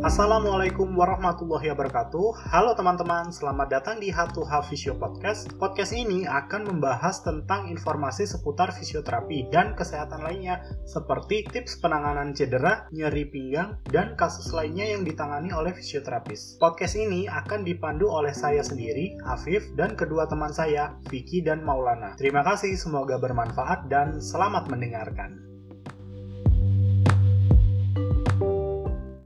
Assalamualaikum warahmatullahi wabarakatuh. Halo teman-teman, selamat datang di H2H Physio Podcast. Podcast ini akan membahas tentang informasi seputar fisioterapi dan kesehatan lainnya, seperti tips penanganan cedera, nyeri pinggang, dan kasus lainnya yang ditangani oleh fisioterapis. Podcast ini akan dipandu oleh saya sendiri, Afif, dan kedua teman saya, Vicky dan Maulana. Terima kasih, semoga bermanfaat dan selamat mendengarkan.